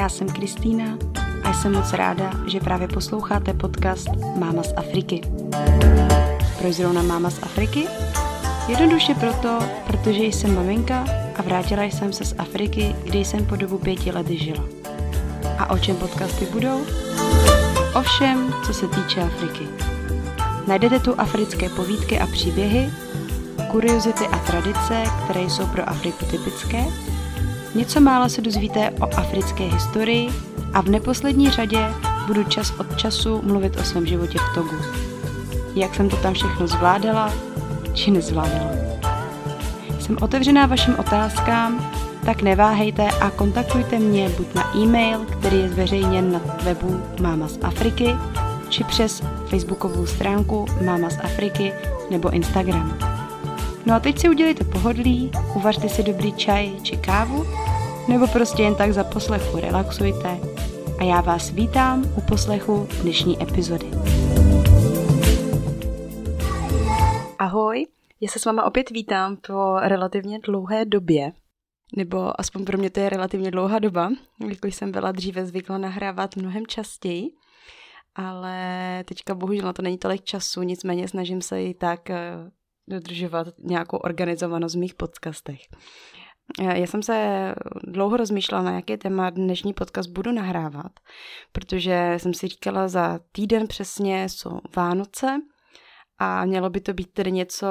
já jsem Kristýna a jsem moc ráda, že právě posloucháte podcast Máma z Afriky. Proč zrovna Máma z Afriky? Jednoduše proto, protože jsem maminka a vrátila jsem se z Afriky, kde jsem po dobu 5 let žila. A o čem podcasty budou? O všem, co se týče Afriky. Najdete tu africké povídky a příběhy, kuriozity a tradice, které jsou pro Afriku typické. Něco málo se dozvíte o africké historii a v neposlední řadě budu čas od času mluvit o svém životě v Togu. Jak jsem to tam všechno zvládala, či nezvládala. Jsem otevřená vašim otázkám, tak neváhejte a kontaktujte mě buď na e-mail, který je zveřejněn na webu Máma z Afriky, či přes facebookovou stránku Máma z Afriky nebo Instagram. No a teď si udělejte pohodlí, uvařte si dobrý čaj či kávu, nebo prostě jen tak za poslechu relaxujte a já vás vítám u poslechu dnešní epizody. Ahoj, já se s váma opět vítám po relativně dlouhé době, nebo aspoň pro mě to je relativně dlouhá doba, jako jsem byla dříve zvykla nahrávat mnohem častěji, ale teďka bohužel na to není tolik času, nicméně snažím se i tak dodržovat nějakou organizovanost v mých podcastech. Já jsem se dlouho rozmýšlela, na jaký téma dnešní podcast budu nahrávat, protože jsem si říkala, za týden přesně jsou Vánoce a mělo by to být tedy něco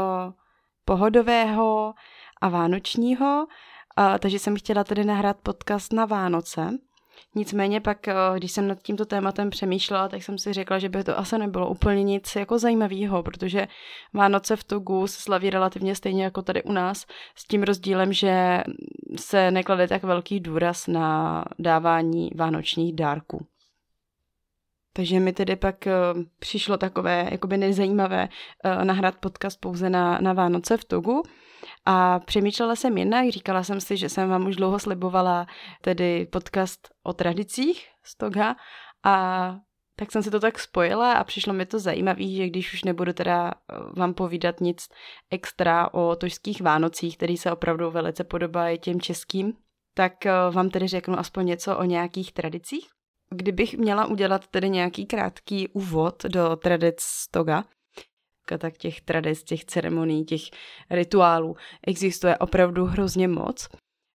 pohodového a vánočního, takže jsem chtěla tedy nahrát podcast na Vánoce. Nicméně pak, když jsem nad tímto tématem přemýšlela, tak jsem si řekla, že by to asi nebylo úplně nic jako zajímavého, protože Vánoce v Togu se slaví relativně stejně jako tady u nás, s tím rozdílem, že se neklade tak velký důraz na dávání vánočních dárků. Takže mi tedy pak přišlo takové jakoby nezajímavé nahrát podcast pouze na Vánoce v Togu. A přemýšlela jsem jinak, říkala jsem si, že jsem vám už dlouho slibovala tedy podcast o tradicích z Toga a tak jsem si to tak spojila a přišlo mi to zajímavý, že když už nebudu teda vám povídat nic extra o tožských Vánocích, který se opravdu velice podobají těm českým, tak vám tedy řeknu aspoň něco o nějakých tradicích. Kdybych měla udělat tedy nějaký krátký úvod do tradic z Toga, tak těch tradic, těch ceremonií, těch rituálů existuje opravdu hrozně moc.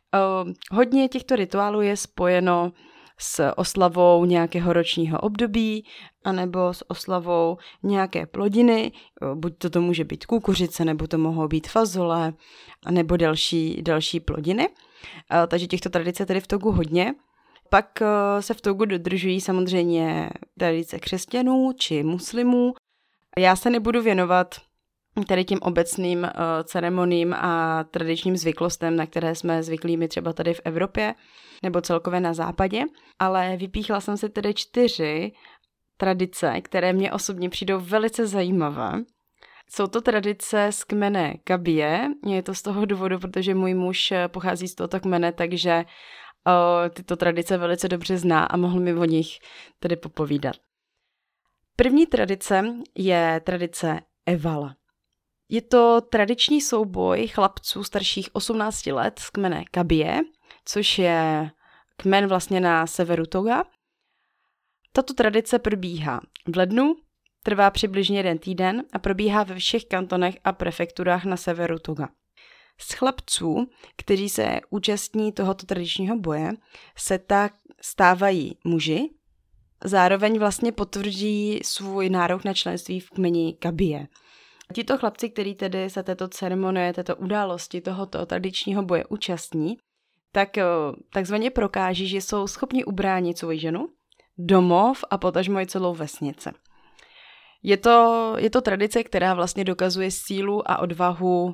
Hodně těchto rituálů je spojeno s oslavou nějakého ročního období anebo s oslavou nějaké plodiny, buď to může být kukuřice, nebo to mohou být fazole, nebo další plodiny. Takže těchto tradic je tedy v Togu hodně. Pak se v Togu dodržují samozřejmě tradice křesťanů či muslimů. Já se nebudu věnovat tady tím obecným ceremoním a tradičním zvyklostem, na které jsme zvyklými třeba tady v Evropě nebo celkově na západě, ale vypíchla jsem si tedy 4 tradice, které mě osobně přijdou velice zajímavé. Jsou to tradice z kmene Kabie, je to z toho důvodu, protože můj muž pochází z tohoto kmene, takže tyto tradice velice dobře zná a mohl mi o nich tedy popovídat. První tradice je tradice Evala. Je to tradiční souboj chlapců starších 18 let z kmene Kabie, což je kmen vlastně na severu Toga. Tato tradice probíhá v lednu, trvá přibližně 1 týden a probíhá ve všech kantonech a prefekturách na severu Toga. Z chlapců, kteří se účastní tohoto tradičního boje, se tak stávají muži, zároveň vlastně potvrdí svůj nárok na členství v kmeni Kabie. Tito chlapci, kteří tedy se této ceremonie, této události, tohoto tradičního boje účastní, tak takzvaně prokáží, že jsou schopni ubránit svou ženu, domov a potažmo i celou vesnici. Je to tradice, která vlastně dokazuje sílu a odvahu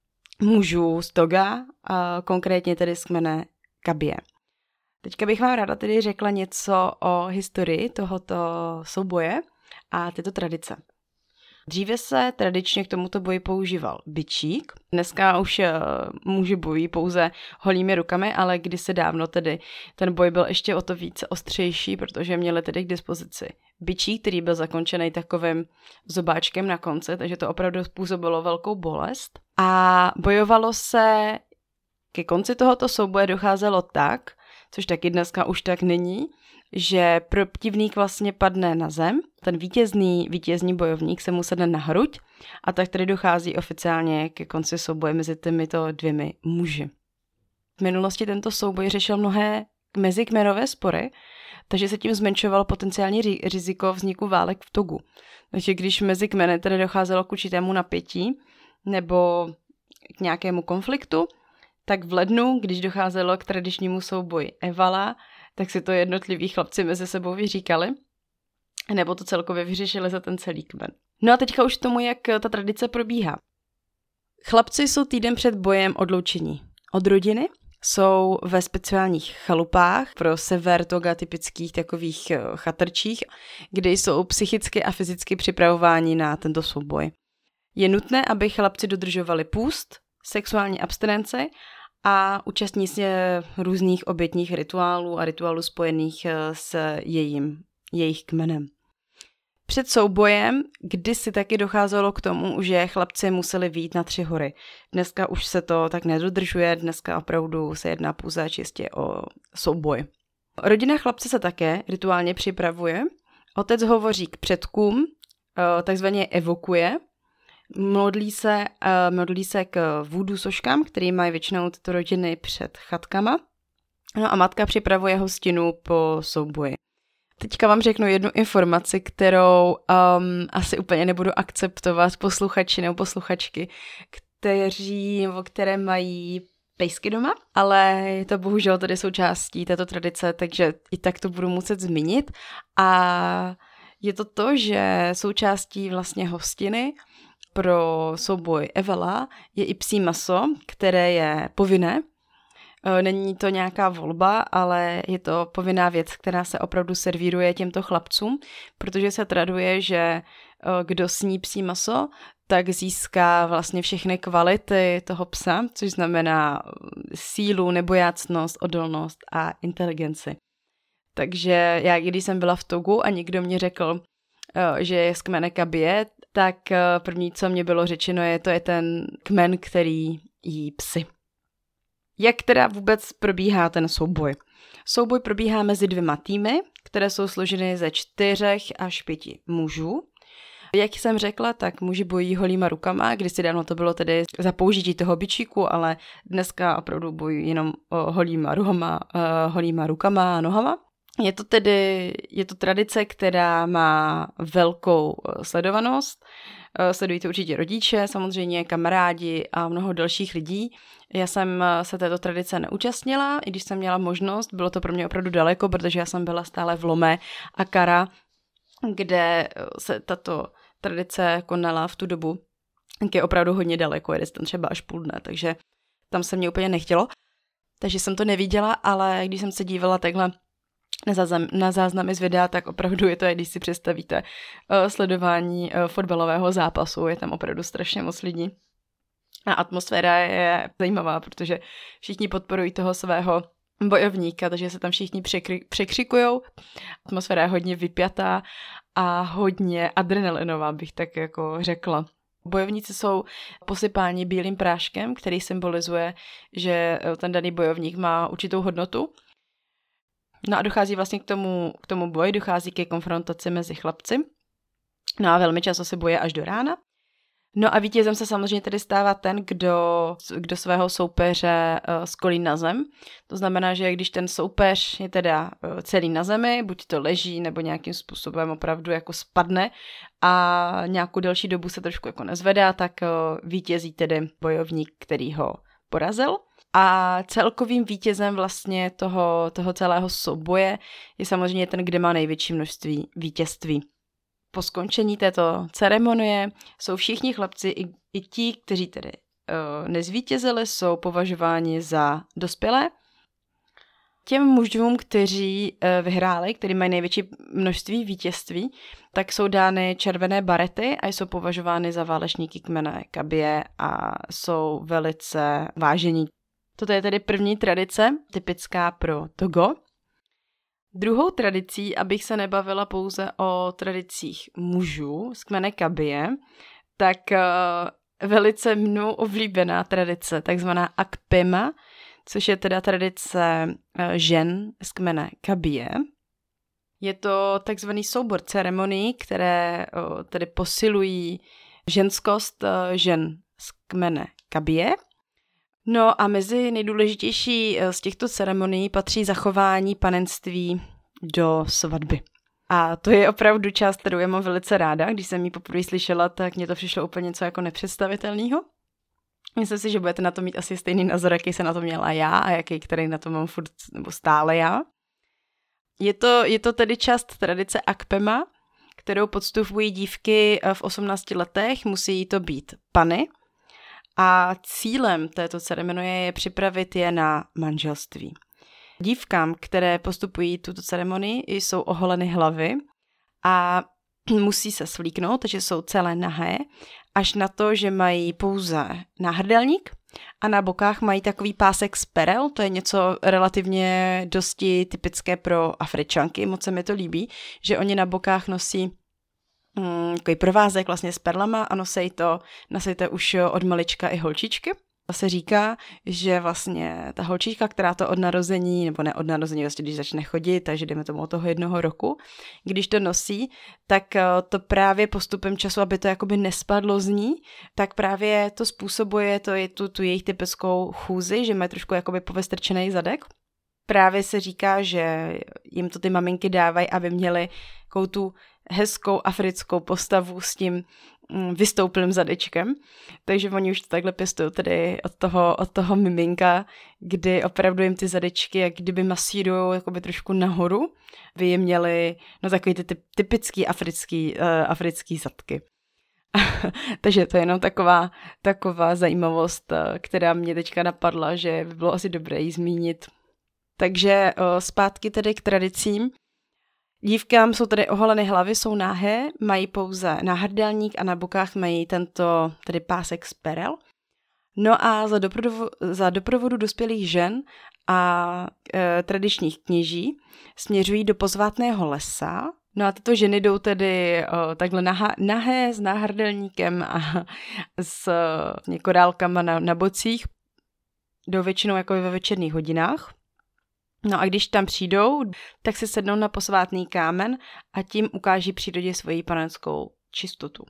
mužů z Toga, a konkrétně tedy z kmene Kabie. Teďka bych vám ráda tedy řekla něco o historii tohoto souboje a této tradice. Dříve se tradičně k tomuto boji používal bičík. Dneska už muži bojují pouze holými rukami, ale kdysi dávno tedy ten boj byl ještě o to více ostřejší, protože měli tedy k dispozici bičík, který byl zakončený takovým zobáčkem na konci, takže to opravdu způsobilo velkou bolest. A bojovalo se, ke konci tohoto souboje docházelo tak, což taky dneska už tak není, že protivník vlastně padne na zem, ten vítězný bojovník se mu sedne na hruď a tak tady dochází oficiálně ke konci souboje mezi těmito dvěmi muži. V minulosti tento souboj řešil mnohé mezikmenové spory, takže se tím zmenšovalo potenciální riziko vzniku válek v Togu. Takže když mezi kmeny tedy docházelo k určitému napětí nebo k nějakému konfliktu, tak v lednu, když docházelo k tradičnímu souboji Evala, tak si to jednotliví chlapci mezi sebou vyříkali, nebo to celkově vyřešili za ten celý kmen. No a teďka už tomu, jak ta tradice probíhá. Chlapci jsou týden před bojem odloučení od rodiny, jsou ve speciálních chalupách pro sever Toga typických takových chatrčích, kde jsou psychicky a fyzicky připravováni na tento souboj. Je nutné, aby chlapci dodržovali půst, sexuální abstinenci a účastní se různých obětních rituálů a rituálů spojených s jejich kmenem. Před soubojem kdysi taky docházelo k tomu, že chlapci museli vyjít na 3 hory. Dneska už se to tak nedodržuje, dneska opravdu se jedná pouze čistě o souboj. Rodina chlapce se také rituálně připravuje. Otec hovoří k předkům, takzvaně evokuje, modlí se k vůdu soškám, který mají většinou tyto rodiny před chatkama. No a matka připravuje hostinu po souboji. Teďka vám řeknu jednu informaci, kterou asi úplně nebudu akceptovat posluchači nebo posluchačky, které mají pejsky doma, ale je to bohužel tady součástí této tradice, takže i tak to budu muset zmínit. A je to, že součástí vlastně hostiny pro souboj Evala je i psí maso, které je povinné. Není to nějaká volba, ale je to povinná věc, která se opravdu servíruje těmto chlapcům, protože se traduje, že kdo sní psí maso, tak získá vlastně všechny kvality toho psa, což znamená sílu, nebojácnost, odolnost a inteligenci. Takže já, když jsem byla v Togu a někdo mě řekl, že je z kmene Kabie, tak první, co mě bylo řečeno, to je ten kmen, který jí psy. Jak teda vůbec probíhá ten souboj? Souboj probíhá mezi 2 týmy, které jsou složeny ze 4 až 5 mužů. Jak jsem řekla, tak muži bojují holýma rukama, kdysi dávno to bylo tedy za použití toho bičíku, ale dneska opravdu bojují jenom holýma rukama a nohama. Je to tradice, která má velkou sledovanost. Sledují to určitě rodiče, samozřejmě kamarádi a mnoho dalších lidí. Já jsem se této tradice neúčastnila, i když jsem měla možnost, bylo to pro mě opravdu daleko, protože já jsem byla stále v Lomé a Kara, kde se tato tradice konala v tu dobu, je opravdu hodně daleko, jede tam třeba až půl dne, takže tam se mě úplně nechtělo. Takže jsem to neviděla, ale když jsem se dívala takhle na záznamy z videa, tak opravdu je to, když si představíte sledování fotbalového zápasu, je tam opravdu strašně moc lidí. A atmosféra je zajímavá, protože všichni podporují toho svého bojovníka, takže se tam všichni překřikujou. Atmosféra je hodně vypjatá a hodně adrenalinová, bych tak jako řekla. Bojovníci jsou posypáni bílým práškem, který symbolizuje, že ten daný bojovník má určitou hodnotu. No a dochází vlastně k tomu boji, dochází ke konfrontaci mezi chlapci. No a velmi často se boje až do rána. No a vítězem se samozřejmě tedy stává ten, kdo svého soupeře skolí na zem. To znamená, že když ten soupeř je teda celý na zemi, buď to leží, nebo nějakým způsobem opravdu jako spadne a nějakou delší dobu se trošku jako nezvedá, tak vítězí tedy bojovník, který ho porazil. A celkovým vítězem vlastně toho celého souboje je samozřejmě ten, kde má největší množství vítězství. Po skončení této ceremonie jsou všichni chlapci, i ti, kteří tedy nezvítězili, jsou považováni za dospělé. Těm mužům, kteří vyhráli, kteří mají největší množství vítězství, tak jsou dány červené barety a jsou považovány za válečníky kmene Kabie a jsou velice vážení. Toto je tedy první tradice, typická pro Togo. Druhou tradicí, abych se nebavila pouze o tradicích mužů z kmene Kabie, tak velice mnou oblíbená tradice, takzvaná Akpema, což je teda tradice žen z kmene Kabie. Je to takzvaný soubor ceremonií, které tedy posilují ženskost žen z kmene Kabie. No a mezi nejdůležitější z těchto ceremonií patří zachování panenství do svatby. A to je opravdu část, kterou já mám velice ráda. Když jsem ji poprvé slyšela, tak mně to přišlo úplně něco jako nepředstavitelného. Myslím si, že budete na to mít asi stejný názor, jaký se na to měla já a který na to mám furt nebo stále já. Je to tedy část tradice Akpema, kterou podstupují dívky v 18 letech, musí to být pany. A cílem této ceremonie je připravit je na manželství. Dívkám, které postupují tuto ceremonii, jsou oholeny hlavy a musí se svlíknout, takže jsou celé nahé, až na to, že mají pouze náhrdelník a na bokách mají takový pásek z perel, to je něco relativně dosti typické pro Afričanky, moc se mi to líbí, že oni na bokách nosí takový provázek vlastně s perlama a nosí to už od malička i holčičky. Se říká, že vlastně ta holčička, která to od narození, nebo ne od narození, vlastně když začne chodit, takže jdeme tomu od toho 1 roku, když to nosí, tak to právě postupem času, aby to jakoby nespadlo z ní, tak právě to způsobuje tu jejich typickou chůzi, že mají trošku jakoby povestrčený zadek. Právě se říká, že jim to ty maminky dávají, aby měli takovou tu hezkou africkou postavu s tím vystouplým zadečkem. Takže oni už to takhle pěstují tedy od toho miminka, kdy opravdu jim ty zadečky jak kdyby masírujou jakoby trošku nahoru, by jim měli takový ty typický africký zadky. Takže to je jenom taková zajímavost, která mě teďka napadla, že by bylo asi dobré ji zmínit. Takže zpátky tedy k tradicím. Dívkám jsou tedy oholeny hlavy, jsou nahé, mají pouze náhrdelník a na bokách mají tento tedy pásek z perel. No a za doprovodu dospělých žen a tradičních kněží směřují do pozvátného lesa. No a tyto ženy jdou tedy takhle nahé s náhrdelníkem a s korálkama na bocích. Jdou většinou jako ve večerních hodinách. No a když tam přijdou, tak si sednou na posvátný kámen a tím ukáží přírodě svoji panenskou čistotu.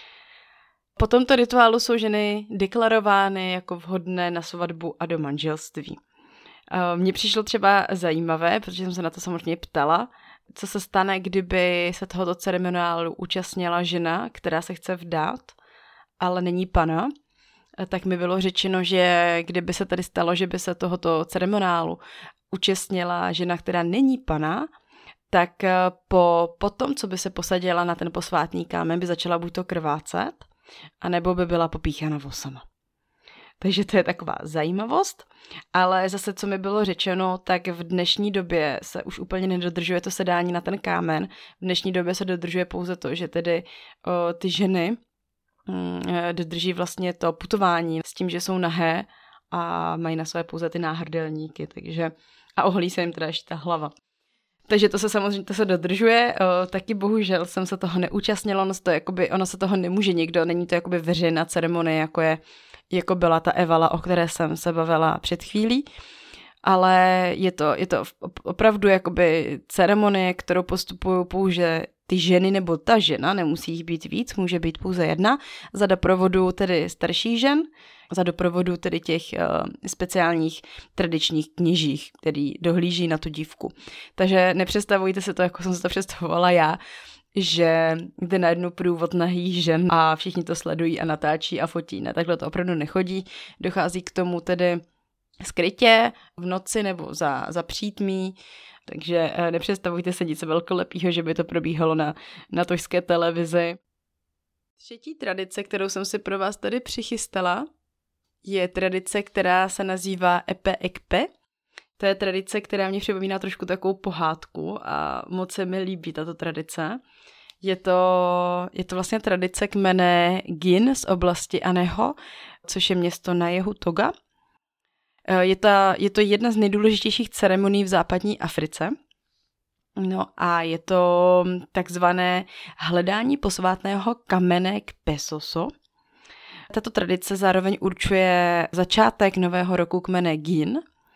Po tomto rituálu jsou ženy deklarovány jako vhodné na svatbu a do manželství. Mně přišlo třeba zajímavé, protože jsem se na to samozřejmě ptala, co se stane, kdyby se tohoto ceremoniálu účastnila žena, která se chce vdát, ale není pana. Tak mi bylo řečeno, že kdyby se tady stalo, že by se tohoto ceremoniálu účastnila žena, která není pana, tak po tom, co by se posadila na ten posvátný kámen, by začala buď to krvácet, anebo by byla popíchána vosama. Takže to je taková zajímavost, ale zase, co mi bylo řečeno, tak v dnešní době se už úplně nedodržuje to sedání na ten kámen. V dnešní době se dodržuje pouze to, že tedy ty ženy dodrží vlastně to putování s tím, že jsou nahé a mají na své pouze ty náhrdelníky, takže a oholí se jim teda ještě ta hlava. Takže to se samozřejmě dodržuje, taky bohužel jsem se toho neúčastnila, ono se toho nemůže nikdo, není to jakoby veřejná ceremonie, jako byla ta Evala, o které jsem se bavila před chvílí, ale je to opravdu jakoby ceremonie, kterou postupují pouze ty ženy nebo ta žena, nemusí jich být víc, může být pouze jedna, za doprovodu tedy starších žen, za doprovodu tedy těch speciálních tradičních kněžích, který dohlíží na tu dívku. Takže nepředstavujte si to, jako jsem se to představovala já, že jde na jednu průvod nahých žen a všichni to sledují a natáčí a fotí. Ne, takhle to opravdu nechodí. Dochází k tomu tedy skrytě, v noci nebo za přítmí, takže nepředstavujte se nic velkolepého, že by to probíhalo na tožské televizi. Třetí tradice, kterou jsem si pro vás tady přichystala, je tradice, která se nazývá Epe Ekpe. To je tradice, která mě připomíná trošku takovou pohádku a moc se mi líbí tato tradice. Je to vlastně tradice kmene Gin z oblasti Aneho, což je město na jihu Toga. Je to jedna z nejdůležitějších ceremonií v západní Africe. No a je to takzvané hledání posvátného kamene k Pesoso. Tato tradice zároveň určuje začátek nového roku kmene Gin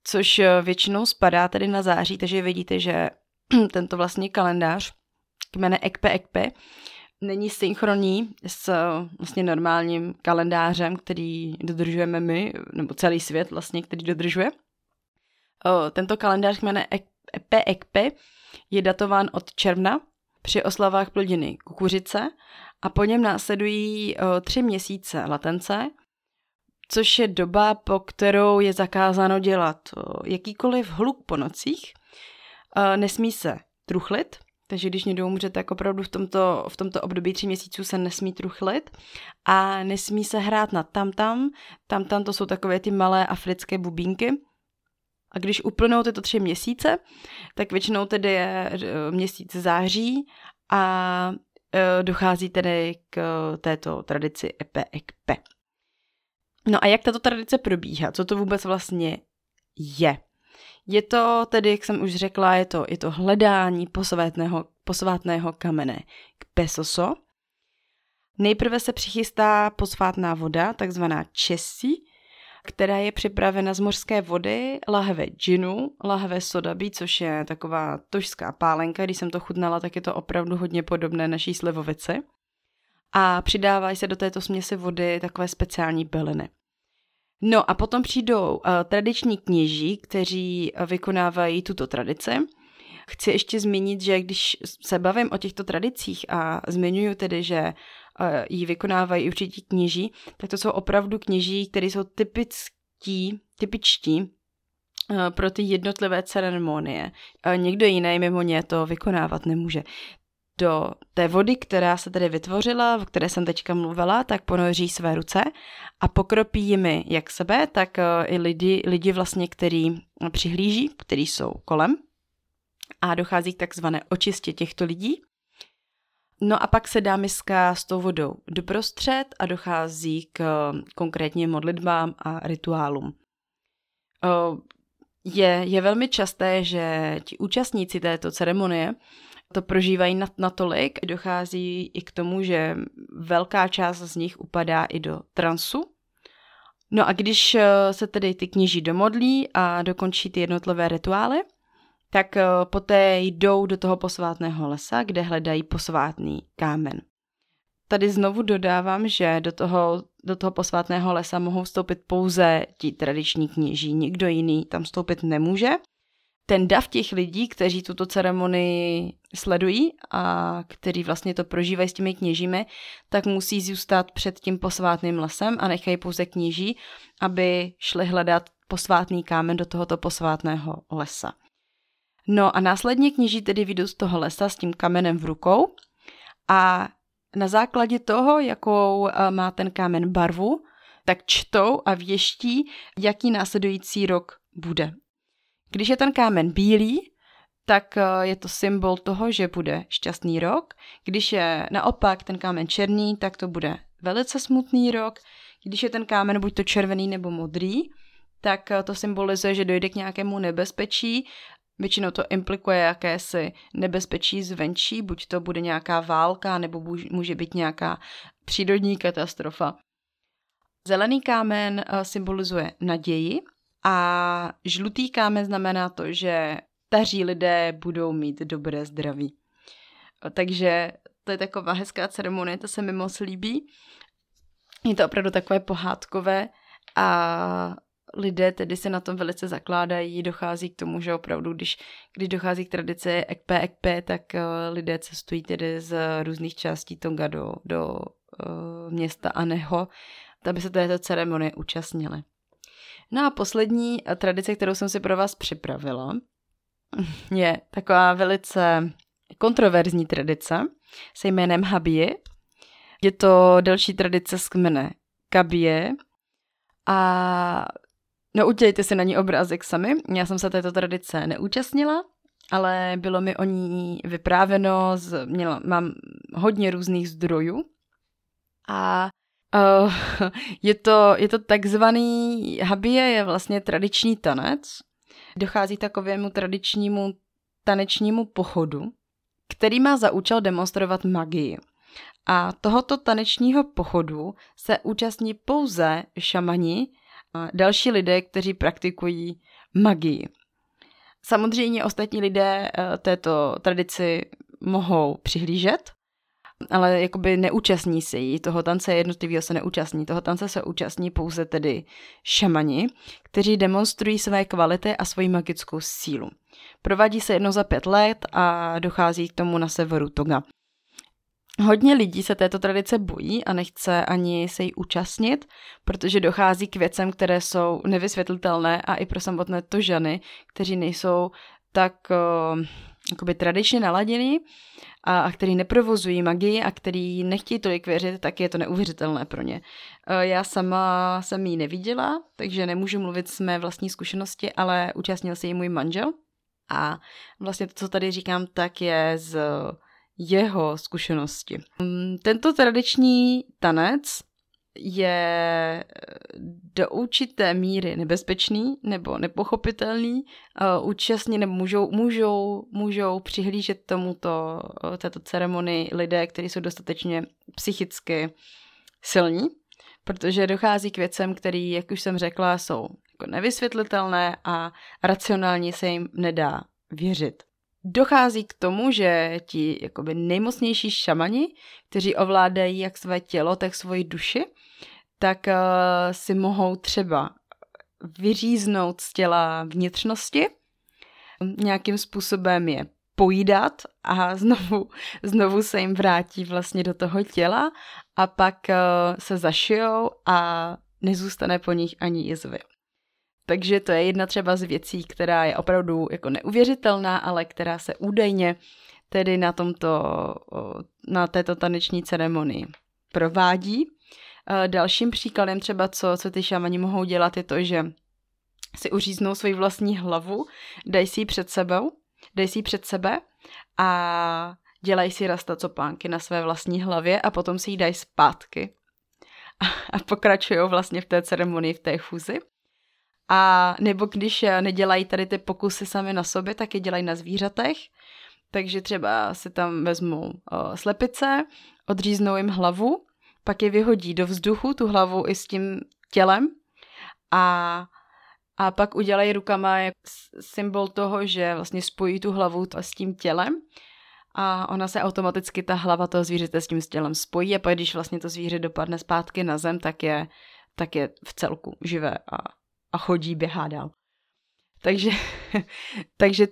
což většinou spadá tedy na září, takže vidíte, že tento vlastně kalendář kmene Ekpe Ekpe není synchronní s vlastně normálním kalendářem, který dodržujeme my, nebo celý svět vlastně, který dodržuje. Tento kalendář kmene Ekpe Ekpe je datován od června při oslavách plodiny kukuřice a po něm následují 3 měsíce latence, což je doba, po kterou je zakázáno dělat jakýkoliv hluk po nocích. Nesmí se truchlit, takže když někdo umře, tak opravdu v tomto období 3 měsíců se nesmí truchlit a nesmí se hrát na tamtam. Tamtam to jsou takové ty malé africké bubínky. A když uplynou tyto 3 měsíce, tak většinou tedy je měsíc září a dochází tedy k této tradici Ekpe Ekpe. No a jak tato tradice probíhá? Co to vůbec vlastně je? Je to tedy, jak jsem už řekla, je to hledání posvátného kamene Kpesoso. Nejprve se přichystá posvátná voda, takzvaná česi, která je připravena z mořské vody, lahve džinu, lahve sodabi, což je taková tožská pálenka. Když jsem to chutnala, tak je to opravdu hodně podobné naší slivovici. A přidávají se do této směsi vody takové speciální byliny. No a potom přijdou tradiční kněží, kteří vykonávají tuto tradici. Chci ještě zmínit, že když se bavím o těchto tradicích a zmiňuji tedy, že ji vykonávají určití kněží, tak to jsou opravdu kněží, kteří jsou typičtí pro ty jednotlivé ceremonie. Někdo jiný mimo ně to vykonávat nemůže. Do té vody, která se tedy vytvořila, o které jsem teďka mluvila, tak ponoří své ruce a pokropí jimi jak sebe, tak i lidi vlastně, který přihlíží, kteří jsou kolem. A dochází k takzvané očistě těchto lidí. No a pak se dá miska s tou vodou doprostřed a dochází k konkrétně modlitbám a rituálům. Je velmi časté, že ti účastníci této ceremonie to prožívají natolik, dochází i k tomu, že velká část z nich upadá i do transu. No a když se tedy ty kněží domodlí a dokončí ty jednotlivé rituály, tak poté jdou do toho posvátného lesa, kde hledají posvátný kámen. Tady znovu dodávám, že do toho posvátného lesa mohou vstoupit pouze ti tradiční kněží, nikdo jiný tam vstoupit nemůže. Ten dav těch lidí, kteří tuto ceremonii sledují a kteří vlastně to prožívají s těmi kněžími, tak musí zůstat před tím posvátným lesem a nechají pouze kněží, aby šli hledat posvátný kámen do tohoto posvátného lesa. No a následně kněží tedy vyjdou z toho lesa s tím kamenem v rukou a na základě toho, jakou má ten kámen barvu, tak čtou a věští, jaký následující rok bude. Když je ten kámen bílý, tak je to symbol toho, že bude šťastný rok. Když je naopak ten kámen černý, tak to bude velice smutný rok. Když je ten kámen buď to červený nebo modrý, tak to symbolizuje, že dojde k nějakému nebezpečí. Většinou to implikuje jakési nebezpečí zvenčí, buď to bude nějaká válka, nebo může být nějaká přírodní katastrofa. Zelený kámen symbolizuje naději a žlutý kámen znamená to, že staří lidé budou mít dobré zdraví. Takže to je taková hezká ceremonie, to se mi moc líbí. Je to opravdu takové pohádkové a lidé tedy se na tom velice zakládají, dochází k tomu, že opravdu, když dochází k tradici Ekpe Ekpe, tak lidé cestují tedy z různých částí Tonga do města Aneho, aby se této ceremonie účastnili. No a poslední tradice, kterou jsem si pro vás připravila, je taková velice kontroverzní tradice se jménem Habie. Je to delší tradice z kmene Kabie a no udělejte si na ní obrázek sami. Já jsem se této tradice neúčastnila, ale bylo mi o ní vyprávěno, mám hodně různých zdrojů a je to takzvaný Habie je vlastně tradiční tanec. Dochází k takovému tradičnímu tanečnímu pochodu, který má za účel demonstrovat magii. A tohoto tanečního pochodu se účastní pouze šamani další lidé, kteří praktikují magii. Samozřejmě ostatní lidé této tradici mohou přihlížet, ale jakoby neúčastní se jí, toho tance jednotlivého se neúčastní, toho tance se účastní pouze tedy šamani, kteří demonstrují své kvality a svoji magickou sílu. Provádí se jednou za 5 let a dochází k tomu na severu Toga. Hodně lidí se této tradice bojí a nechce ani se jí účastnit, protože dochází k věcem, které jsou nevysvětlitelné a i pro samotné Tožany, kteří nejsou tak jakoby tradičně naladěni a který neprovozují magii a který nechtějí tolik věřit, tak je to neuvěřitelné pro ně. Já sama jsem ji neviděla, takže nemůžu mluvit z mé vlastní zkušenosti, ale účastnil se jí můj manžel a vlastně to, co tady říkám, tak je z jeho zkušenosti. Tento tradiční tanec je do určité míry nebezpečný nebo nepochopitelný. Účastní nebo můžou přihlížet této ceremonii lidé, kteří jsou dostatečně psychicky silní, protože dochází k věcem, které, jak už jsem řekla, jsou jako nevysvětlitelné a racionálně se jim nedá věřit. Dochází k tomu, že ti jakoby nejmocnější šamani, kteří ovládají jak své tělo, tak svoji duši, tak si mohou třeba vyříznout z těla vnitřnosti, nějakým způsobem je pojídat a znovu se jim vrátí vlastně do toho těla a pak se zašijou a nezůstane po nich ani jizvy. Takže to je jedna třeba z věcí, která je opravdu jako neuvěřitelná, ale která se údajně tedy na této taneční ceremonii provádí. Dalším příkladem třeba, co ty šamani mohou dělat, je to, že si uříznou svoji vlastní hlavu, dají si ji před sebe a dělají si rastacopánky na své vlastní hlavě a potom si ji dají zpátky a pokračují vlastně v té ceremonii, v té chůzi. A nebo když nedělají tady ty pokusy sami na sobě, tak je dělají na zvířatech. Takže třeba si tam vezmou slepice, odříznou jim hlavu, pak je vyhodí do vzduchu, tu hlavu i s tím tělem a pak udělají rukama jako symbol toho, že vlastně spojí tu hlavu s tím tělem a ona se automaticky, ta hlava toho zvířete s tím tělem spojí a pak když vlastně to zvíře dopadne zpátky na zem, tak je v celku živé a chodí, běhá dál. Takže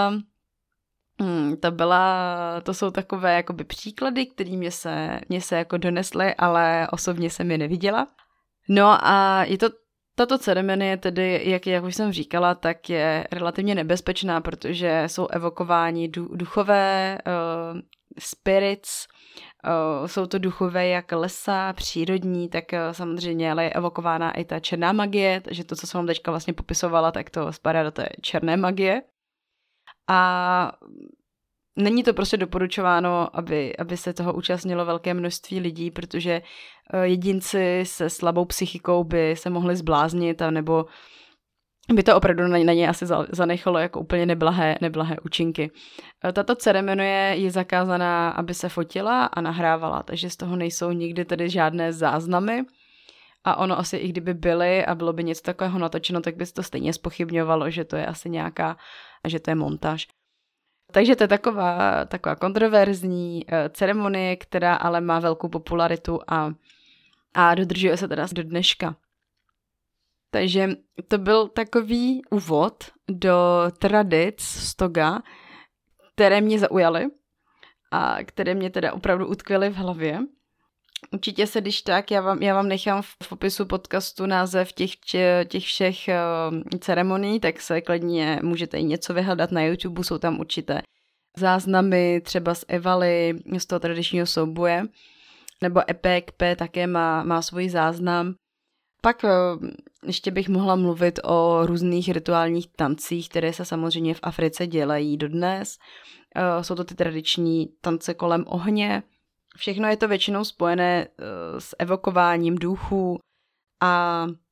to jsou takové jakoby příklady, které mě se jako donesly, ale osobně jsem je neviděla. No a tato ceremonie tedy, jak už jsem říkala, tak je relativně nebezpečná, protože jsou evokováni duchové, spirits, jsou to duchové jak lesa, přírodní, tak samozřejmě ale je evokována i ta černá magie, takže to, co jsem vám teďka vlastně popisovala, tak to spadá do té černé magie. A není to prostě doporučováno, aby se toho účastnilo velké množství lidí, protože jedinci se slabou psychikou by se mohli zbláznit, nebo by to opravdu na ně asi zanechalo jako úplně neblahé účinky. Tato ceremonie je zakázaná, aby se fotila a nahrávala, takže z toho nejsou nikdy tedy žádné záznamy. A ono asi i kdyby byly a bylo by něco takového natočeno, tak by se to stejně zpochybňovalo, že to je asi že to je montáž. Takže to je taková kontroverzní ceremonie, která ale má velkou popularitu a dodržuje se teda do dneška. Takže to byl takový úvod do tradic z Toga, které mě zaujaly a které mě teda opravdu utkvěly v hlavě. Určitě se, když tak, já vám nechám v popisu podcastu název těch všech ceremonií, tak se klidně můžete i něco vyhledat na YouTube, jsou tam určité záznamy třeba z Evaly, z toho tradičního souboje, nebo EPKP také má svůj záznam. Pak ještě bych mohla mluvit o různých rituálních tancích, které se samozřejmě v Africe dělají dodnes. Jsou to ty tradiční tance kolem ohně. Všechno je to většinou spojené s evokováním duchů a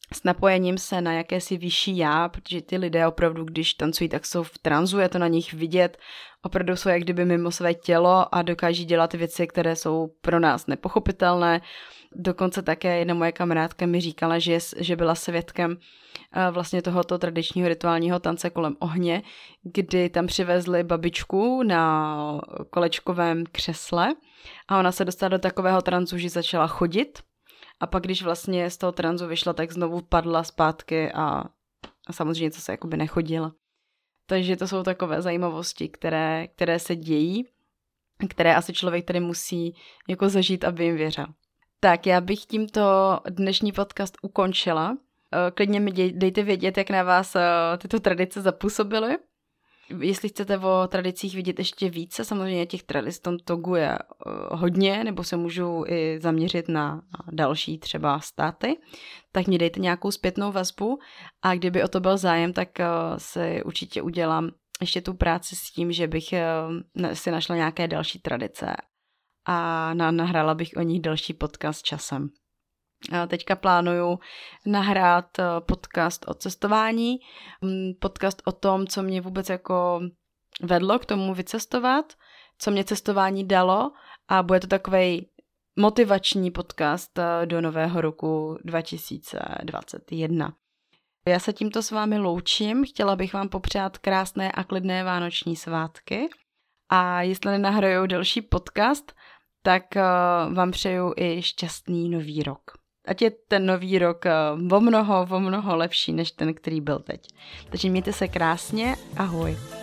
s napojením se na jakési vyšší já, protože ty lidé opravdu, když tancují, tak jsou v tranzu, je to na nich vidět, opravdu jsou jak kdyby mimo své tělo a dokáží dělat věci, které jsou pro nás nepochopitelné. Dokonce také jedna moje kamarádka mi říkala, že byla svědkem vlastně tohoto tradičního rituálního tance kolem ohně, kdy tam přivezli babičku na kolečkovém křesle a ona se dostala do takového tranzu, že začala chodit a pak, když vlastně z toho tranzu vyšla, tak znovu padla zpátky a samozřejmě to se jakoby nechodila. Takže to jsou takové zajímavosti, které se dějí, které asi člověk tady musí jako zažít, aby jim věřil. Tak já bych tímto dnešní podcast ukončila. Klidně mi dejte vědět, jak na vás tyto tradice zapůsobily. Jestli chcete o tradicích vidět ještě více, samozřejmě těch tradic v tom Togu je hodně, nebo se můžu i zaměřit na další třeba státy, tak mi dejte nějakou zpětnou vazbu a kdyby o to byl zájem, tak si určitě udělám ještě tu práci s tím, že bych si našla nějaké další tradice a nahrála bych o nich další podcast časem. Teďka plánuju nahrát podcast o cestování, podcast o tom, co mě vůbec jako vedlo k tomu vycestovat, co mě cestování dalo a bude to takovej motivační podcast do nového roku 2021. Já se tímto s vámi loučím, chtěla bych vám popřát krásné a klidné vánoční svátky a jestli nenahraju další podcast, tak vám přeju i šťastný nový rok. Ať je ten nový rok o mnoho lepší, než ten, který byl teď. Takže mějte se krásně, ahoj.